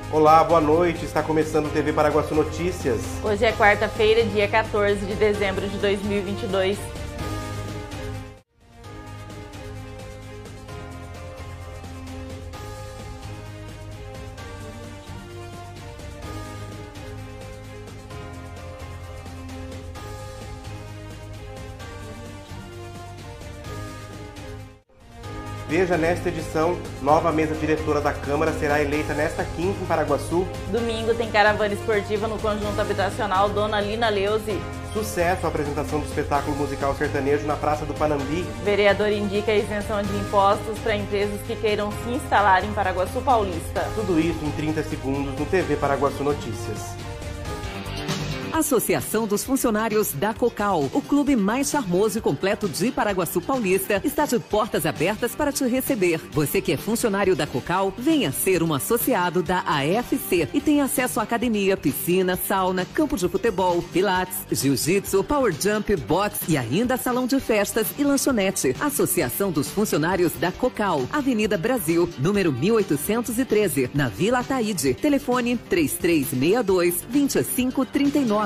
Olá, boa noite. Está começando o TV Paraguaçu Notícias. Hoje é quarta-feira, dia 14 de dezembro de 2022. Veja nesta edição, nova mesa diretora da Câmara será eleita nesta quinta em Paraguaçu. Domingo tem caravana esportiva no conjunto habitacional Dona Lina Leuze. Sucesso a apresentação do espetáculo musical sertanejo na Praça do Panambi. Vereador indica a isenção de impostos para empresas que queiram se instalar em Paraguaçu Paulista. Tudo isso em 30 segundos no TV Paraguaçu Notícias. Associação dos Funcionários da Cocal, o clube mais charmoso e completo de Paraguaçu Paulista, está de portas abertas para te receber. Você que é funcionário da Cocal, venha ser um associado da AFC e tem acesso à academia, piscina, sauna, campo de futebol, pilates, jiu-jitsu, power jump, boxe e ainda salão de festas e lanchonete. Associação dos Funcionários da Cocal, Avenida Brasil, número 1813, na Vila Ataíde. Telefone 3362-2539.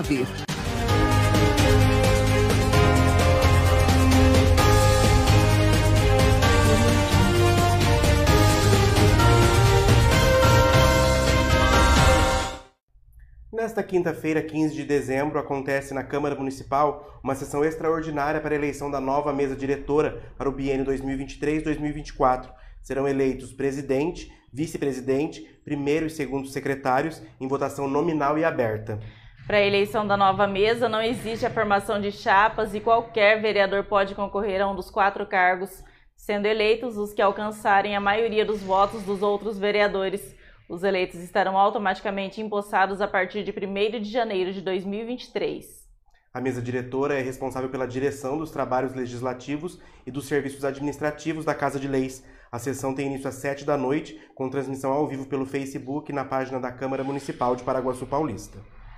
Nesta quinta-feira, 15 de dezembro, acontece na Câmara Municipal uma sessão extraordinária para a eleição da nova mesa diretora para o biênio 2023-2024. Serão eleitos presidente, vice-presidente, primeiro e segundo secretários em votação nominal e aberta. Para a eleição da nova mesa, não existe a formação de chapas e qualquer vereador pode concorrer a um dos 4 cargos, sendo eleitos os que alcançarem a maioria dos votos dos outros vereadores. Os eleitos estarão automaticamente empossados a partir de 1º de janeiro de 2023. A mesa diretora é responsável pela direção dos trabalhos legislativos e dos serviços administrativos da Casa de Leis. A sessão tem início às 7 da noite, com transmissão ao vivo pelo Facebook na página da Câmara Municipal de Paraguaçu Paulista.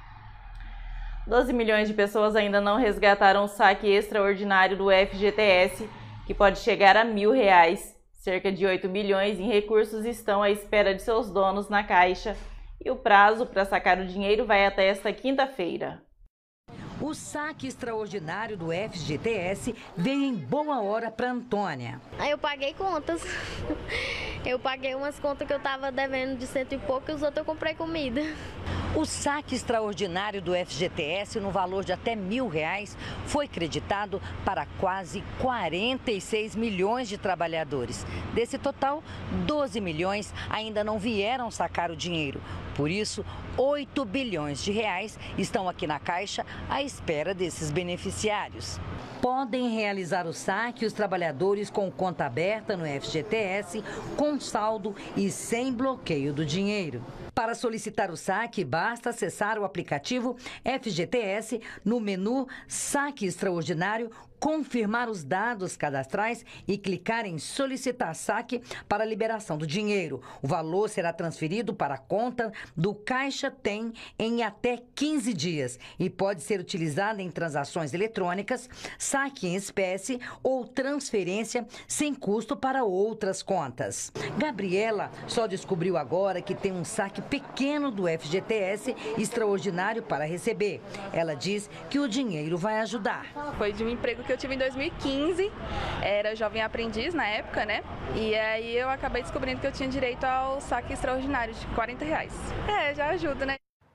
12 milhões de pessoas ainda não resgataram o saque extraordinário do FGTS, que pode chegar a R$1.000. Cerca de 8 bilhões em recursos estão à espera de seus donos na Caixa e o prazo para sacar o dinheiro vai até esta quinta-feira. O saque extraordinário do FGTS veio em boa hora para Antônia. Eu paguei contas. Eu paguei umas contas que eu estava devendo de 100 e pouco e os outros eu comprei comida. O saque extraordinário do FGTS no valor de até R$1.000 foi creditado para quase 46 milhões de trabalhadores. Desse total, 12 milhões ainda não vieram sacar o dinheiro. Por isso, 8 bilhões de reais estão aqui na Caixa à espera desses beneficiários. Podem realizar o saque os trabalhadores com conta aberta no FGTS, com saldo e sem bloqueio do dinheiro. Para solicitar o saque, basta acessar o aplicativo FGTS no menu Saque Extraordinário, confirmar os dados cadastrais e clicar em solicitar saque para a liberação do dinheiro. O valor será transferido para a conta do Caixa Tem em até 15 dias e pode ser utilizado em transações eletrônicas, saque em espécie ou transferência sem custo para outras contas. Gabriela só descobriu agora que tem um saque pequeno do FGTS extraordinário para receber. Ela diz que o dinheiro vai ajudar. Foi de um emprego que eu tive em 2015, era jovem aprendiz na época, né? E aí eu acabei descobrindo que eu tinha direito ao saque extraordinário de R$40. Já ajuda, né?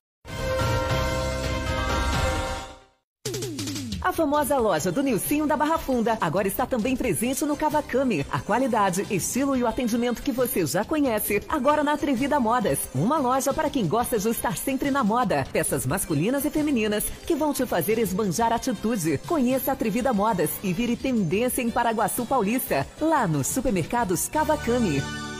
A famosa loja do Nilcinho da Barra Funda agora está também presente no Cavacame. A qualidade, estilo e o atendimento que você já conhece, agora na Atrevida Modas. Uma loja para quem gosta de estar sempre na moda. Peças masculinas e femininas que vão te fazer esbanjar atitude. Conheça a Atrevida Modas e vire tendência em Paraguaçu Paulista, lá nos supermercados Cavacame.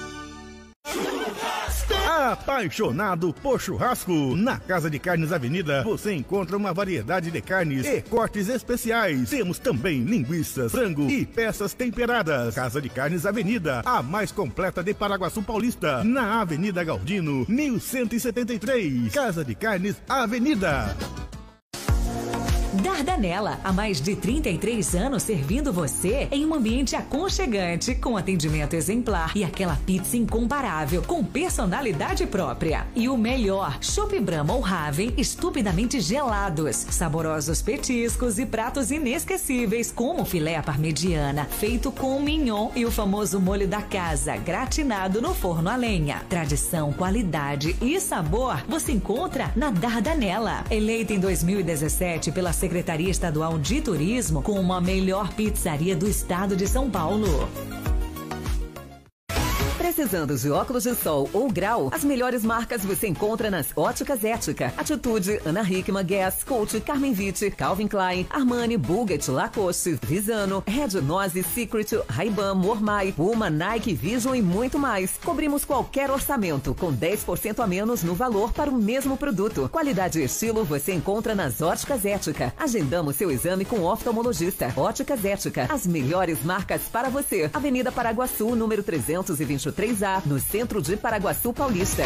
Apaixonado por churrasco? Na Casa de Carnes Avenida você encontra uma variedade de carnes e cortes especiais. Temos também linguiças, frango e peças temperadas. Casa de Carnes Avenida, a mais completa de Paraguaçu Paulista, na Avenida Galdino, 1173. Casa de Carnes Avenida. Dardanella, há mais de 33 anos servindo você em um ambiente aconchegante, com atendimento exemplar e aquela pizza incomparável, com personalidade própria. E o melhor, Chopp Brahma ou Raven estupidamente gelados, saborosos petiscos e pratos inesquecíveis, como filé à parmegiana, feito com mignon e o famoso molho da casa, gratinado no forno a lenha. Tradição, qualidade e sabor você encontra na Dardanella. Eleita em 2017 pela Secretaria Estadual de Turismo como a melhor pizzaria do estado de São Paulo. Precisando de óculos de sol ou grau, as melhores marcas você encontra nas Óticas Ética, Atitude, Ana Hickman, Guess, Coach, Carmen Vitti, Calvin Klein, Armani, Bulgari, Lacoste, Visano, Red Nose, Secret, Ray-Ban, Mormai, Puma, Nike, Vision e muito mais. Cobrimos qualquer orçamento com 10% a menos no valor para o mesmo produto. Qualidade e estilo você encontra nas Óticas Ética. Agendamos seu exame com oftalmologista. Óticas Ética, as melhores marcas para você. Avenida Paraguaçu, número 323A, no centro de Paraguaçu Paulista.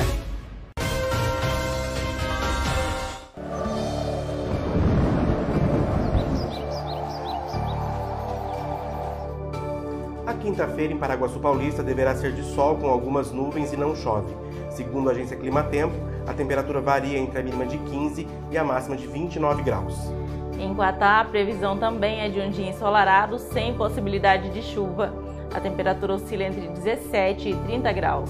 A quinta-feira em Paraguaçu Paulista deverá ser de sol com algumas nuvens e não chove. Segundo a agência Climatempo, a temperatura varia entre a mínima de 15 e a máxima de 29 graus. Em Guatá, a previsão também é de um dia ensolarado, sem possibilidade de chuva. A temperatura oscila entre 17 e 30 graus.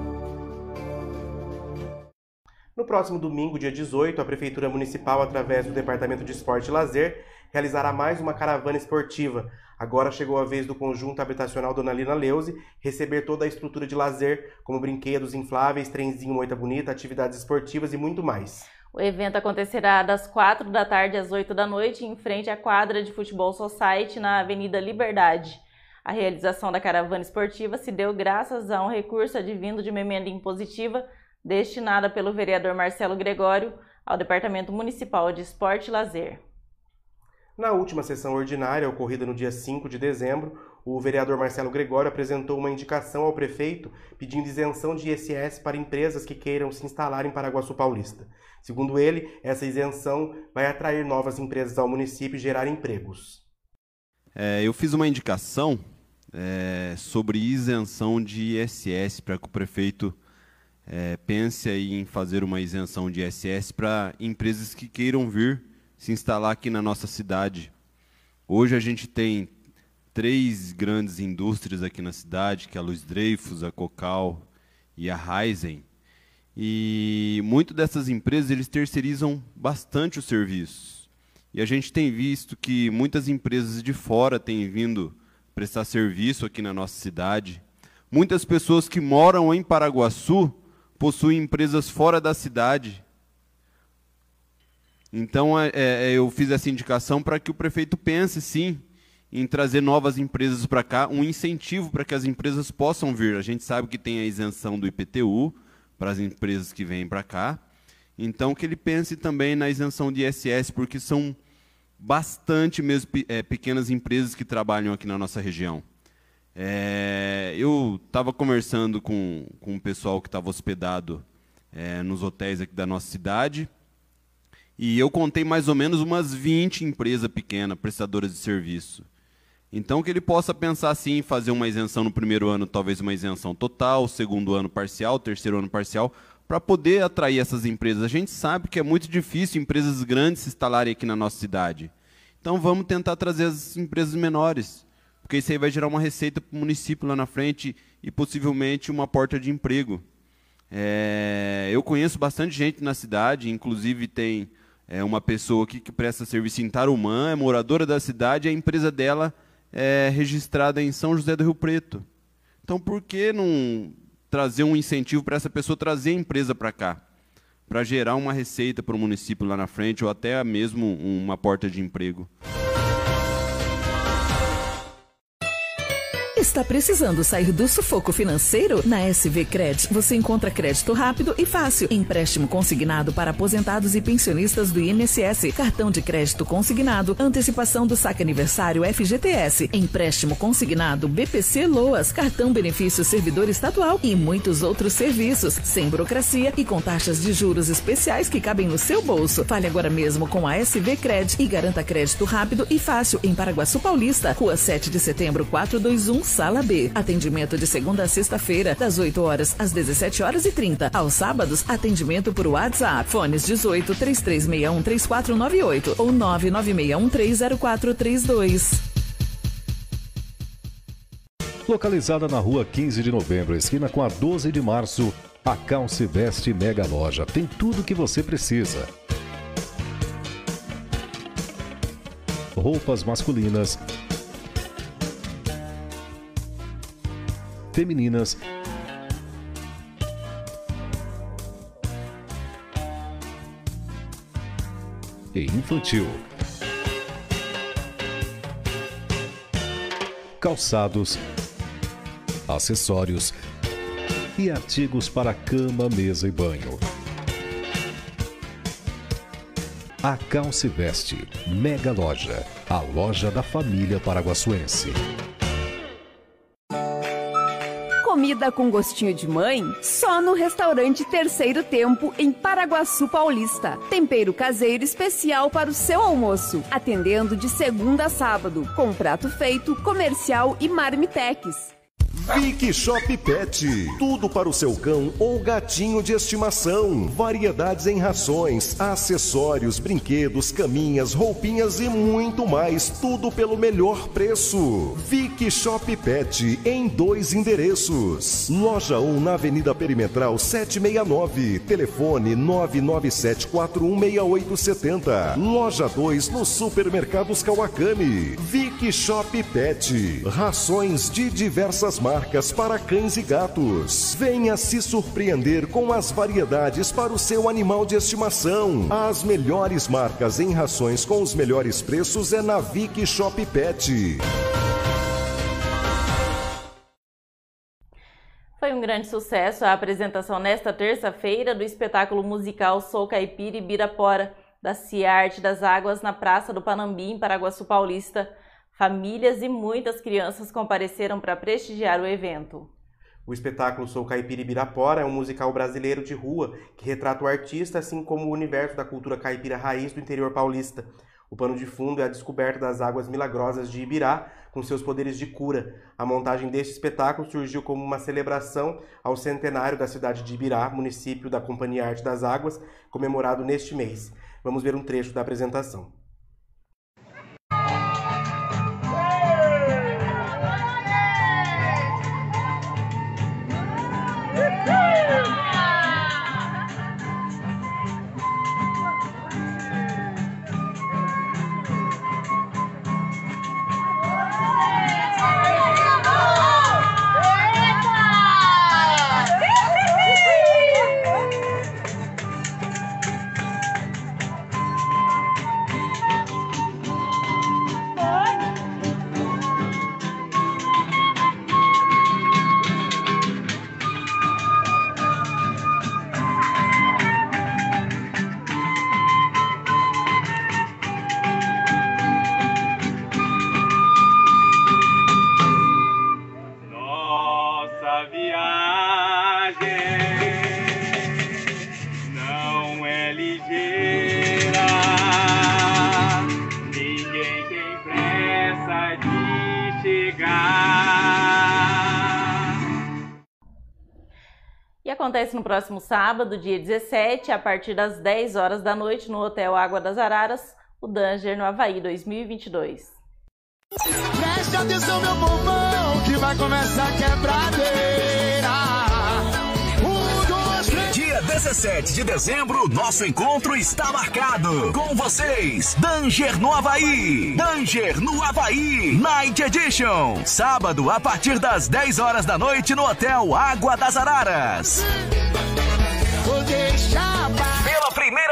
No próximo domingo, dia 18, a Prefeitura Municipal, através do Departamento de Esporte e Lazer, realizará mais uma caravana esportiva. Agora chegou a vez do conjunto habitacional Dona Lina Leuze receber toda a estrutura de lazer, como brinquedos infláveis, trenzinho Moita Bonita, atividades esportivas e muito mais. O evento acontecerá das 4 da tarde às 8 da noite, em frente à quadra de Futebol Society, na Avenida Liberdade. A realização da caravana esportiva se deu graças a um recurso advindo de uma emenda impositiva destinada pelo vereador Marcelo Gregório ao Departamento Municipal de Esporte e Lazer. Na última sessão ordinária, ocorrida no dia 5 de dezembro, o vereador Marcelo Gregório apresentou uma indicação ao prefeito pedindo isenção de ISS para empresas que queiram se instalar em Paraguaçu Paulista. Segundo ele, essa isenção vai atrair novas empresas ao município e gerar empregos. Eu fiz uma indicação sobre isenção de ISS para que o prefeito pense aí em fazer uma isenção de ISS para empresas que queiram vir se instalar aqui na nossa cidade. Hoje a gente tem 3 grandes indústrias aqui na cidade, que é a Luiz Dreyfus, a Cocal e a Raizen. E muitas dessas empresas eles terceirizam bastante os serviços. E a gente tem visto que muitas empresas de fora têm vindo prestar serviço aqui na nossa cidade. Muitas pessoas que moram em Paraguaçu possuem empresas fora da cidade. Então, eu fiz essa indicação para que o prefeito pense, sim, em trazer novas empresas para cá, um incentivo para que as empresas possam vir. A gente sabe que tem a isenção do IPTU para as empresas que vêm para cá. Então, que ele pense também na isenção de ISS, porque são bastante mesmo pequenas empresas que trabalham aqui na nossa região. Eu estava conversando com o pessoal que estava hospedado nos hotéis aqui da nossa cidade, e eu contei mais ou menos umas 20 empresas pequenas, prestadoras de serviço. Então, que ele possa pensar assim, em fazer uma isenção no primeiro ano, talvez uma isenção total, segundo ano parcial, terceiro ano parcial, para poder atrair essas empresas. A gente sabe que é muito difícil empresas grandes se instalarem aqui na nossa cidade. Então, vamos tentar trazer as empresas menores, porque isso aí vai gerar uma receita para o município lá na frente e possivelmente uma porta de emprego. Eu conheço bastante gente na cidade, inclusive tem uma pessoa aqui que presta serviço em Tarumã, é moradora da cidade, e a empresa dela é registrada em São José do Rio Preto. Então, por que não trazer um incentivo para essa pessoa trazer a empresa para cá? Para gerar uma receita para o município lá na frente, ou até mesmo uma porta de emprego. Está precisando sair do sufoco financeiro? Na SV Cred, você encontra crédito rápido e fácil, empréstimo consignado para aposentados e pensionistas do INSS, cartão de crédito consignado, antecipação do saque aniversário FGTS, empréstimo consignado BPC Loas, cartão benefício servidor estadual e muitos outros serviços, sem burocracia e com taxas de juros especiais que cabem no seu bolso. Fale agora mesmo com a SV Cred e garanta crédito rápido e fácil em Paraguaçu Paulista, Rua 7 de Setembro 421, Sala B. Atendimento de segunda a sexta-feira, das 8 horas às 17h30. Aos sábados, atendimento por WhatsApp. Fones 18 3361 3498 ou 99613 0432. Localizada na rua 15 de novembro, esquina com a 12 de março, a Calciveste Mega Loja tem tudo o que você precisa. Roupas masculinas, femininas, e infantil. Calçados, acessórios e artigos para cama, mesa e banho. A Calciveste Mega Loja, a loja da família paraguaçuense. Comida com gostinho de mãe? Só no restaurante Terceiro Tempo, em Paraguaçu Paulista. Tempero caseiro especial para o seu almoço. Atendendo de segunda a sábado, com prato feito, comercial e marmitex. Vick Shop Pet, tudo para o seu cão ou gatinho de estimação. Variedades em rações, acessórios, brinquedos, caminhas, roupinhas e muito mais, tudo pelo melhor preço. Vick Shop Pet em 2 endereços. Loja 1 na Avenida Perimetral 769, telefone 997416870. Loja 2 nos Supermercados Kawakami. Vick Shop Pet, rações de diversas marcas para cães e gatos. Venha se surpreender com as variedades para o seu animal de estimação. As melhores marcas em rações com os melhores preços é na Vick Shop Pet. Foi um grande sucesso a apresentação nesta terça-feira do espetáculo musical Sou Caipira Ibirapora, da Ciarte das Águas, na Praça do Panambi, em Paraguaçu Paulista. Famílias e muitas crianças compareceram para prestigiar o evento. O espetáculo Sou Caipira Ibirapora é um musical brasileiro de rua que retrata o artista, assim como o universo da cultura caipira raiz do interior paulista. O pano de fundo é a descoberta das águas milagrosas de Ibirá, com seus poderes de cura. A montagem deste espetáculo surgiu como uma celebração ao centenário da cidade de Ibirá, município da Companhia Arte das Águas, comemorado neste mês. Vamos ver um trecho da apresentação. Acontece no próximo sábado, dia 17, a partir das 10 horas da noite, no Hotel Água das Araras, o Danger no Havaí 2022. Preste atenção, meu povão, que vai começar a quebradeira. 1, 2, 3. Dia 17 de dezembro, nosso encontro está marcado. Com vocês, Danger no Havaí. Danger no Havaí Night Edition. Sábado, a partir das 10 horas da noite, no Hotel Água das Araras. Pela primeira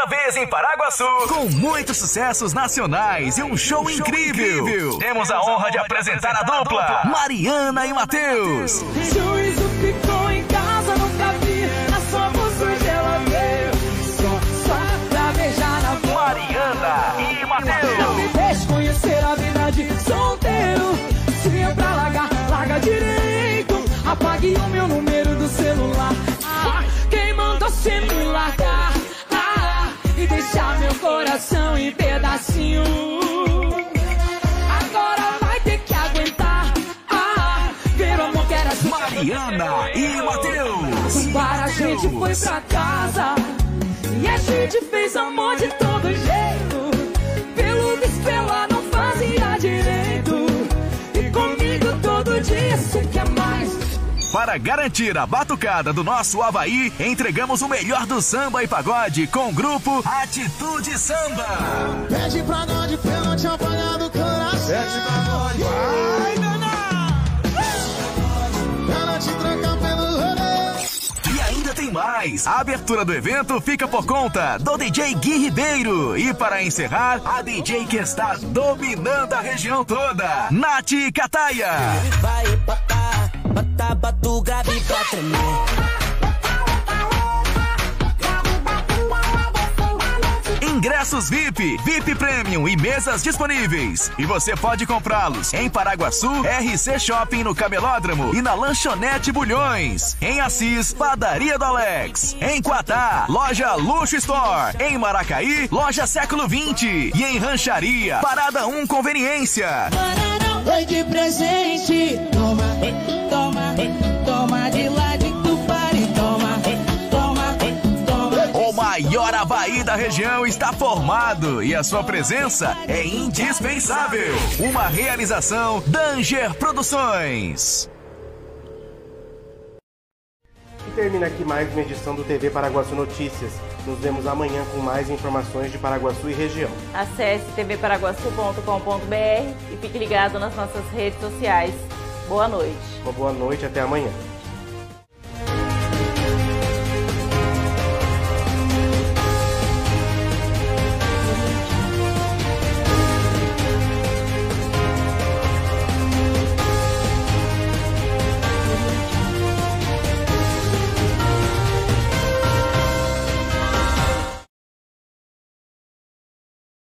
vez em Paraguaçu, com muitos sucessos nacionais e um show incrível. Temos a honra de apresentar a dupla Mariana e Matheus. Juízo ficou em casa, nunca vi. A sua voz ela veio só pra beijar na boca. Mariana e Matheus. Não me deixe conhecer a vida de solteiro. Se é pra largar, larga direito. Apague o meu número do celular. Quem mandou você me largar? E deixar meu coração em pedacinho. Agora vai ter que aguentar. Ver o amor que era assim. Mariana e Matheus. Para a gente foi pra casa e a gente fez amor de todo jeito. Pelo visto ela não fazia direito. E comigo todo dia você quer mais. Para garantir a batucada do nosso Avaí, entregamos o melhor do samba e pagode com o grupo Atitude Samba. Pede pra God pra eu não te apagar do coração. Pede pra God, vai danar. Pra não te trocar pelo rolê. E ainda tem mais. A abertura do evento fica por conta do DJ Gui Ribeiro. E para encerrar, a DJ que está dominando a região toda, Nath Cataia. Vai bota o grave pra tremer. Ingressos VIP, VIP Premium e mesas disponíveis. E você pode comprá-los em Paraguaçu, RC Shopping no Camelódromo e na Lanchonete Bulhões. Em Assis, Padaria do Alex. Em Quatá, Loja Luxo Store. Em Maracaí, Loja Século 20. E em Rancharia, Parada 1 Conveniência. Oi de presente, toma, toma, toma de lá de Tupari, toma, toma, toma. O maior Avaí da região está formado e a sua presença é indispensável. Uma realização Danger Produções. E termina aqui mais uma edição do TV Paraguaçu Notícias. Nos vemos amanhã com mais informações de Paraguaçu e região. Acesse tvparaguaçu.com.br e fique ligado nas nossas redes sociais. Boa noite. Uma boa noite, até amanhã.